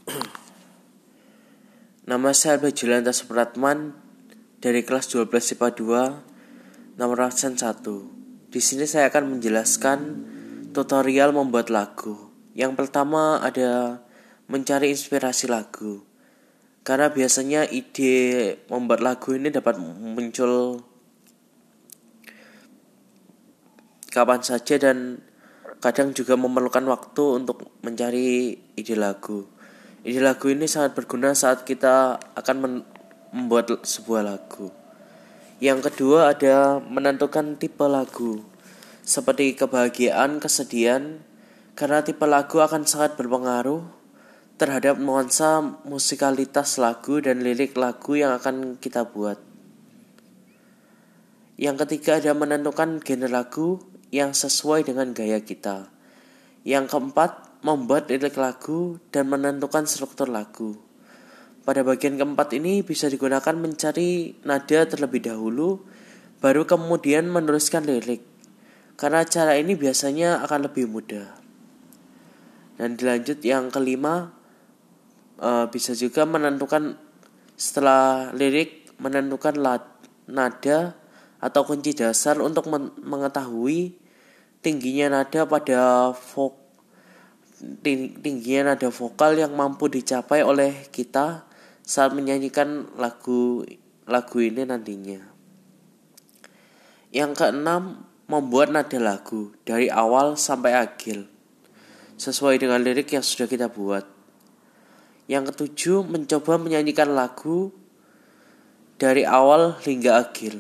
Nama saya Bajulanta Supratman dari kelas 12 IPA 2, nomor absen 1. Di sini saya akan menjelaskan tutorial membuat lagu. Yang pertama ada mencari inspirasi lagu. Karena biasanya ide membuat lagu ini dapat muncul kapan saja dan kadang juga memerlukan waktu untuk mencari ide lagu. Ide lagu ini sangat berguna saat kita akan membuat sebuah lagu. Yang kedua ada menentukan tipe lagu, seperti kebahagiaan, kesedihan, karena tipe lagu akan sangat berpengaruh terhadap nuansa musikalitas lagu dan lirik lagu yang akan kita buat. Yang ketiga ada menentukan genre lagu yang sesuai dengan gaya kita. Yang keempat, membuat lirik lagu dan menentukan struktur lagu. Pada bagian keempat ini bisa digunakan mencari nada terlebih dahulu, baru kemudian menuliskan lirik. Karena cara ini biasanya akan lebih mudah. Dan dilanjut yang kelima, bisa juga menentukan setelah lirik, menentukan nada atau kunci dasar untuk mengetahui tingginya nada nada vokal yang mampu dicapai oleh kita saat menyanyikan lagu ini nantinya. Yang keenam, membuat nada lagu dari awal sampai akhir sesuai dengan lirik yang sudah kita buat. Yang ketujuh, mencoba menyanyikan lagu dari awal hingga akhir.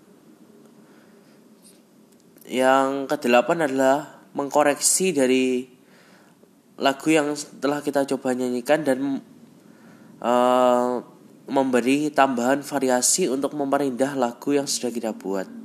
Yang kedelapan adalah mengkoreksi dari lagu yang telah kita coba nyanyikan dan memberi tambahan variasi untuk memperindah lagu yang sudah kita buat.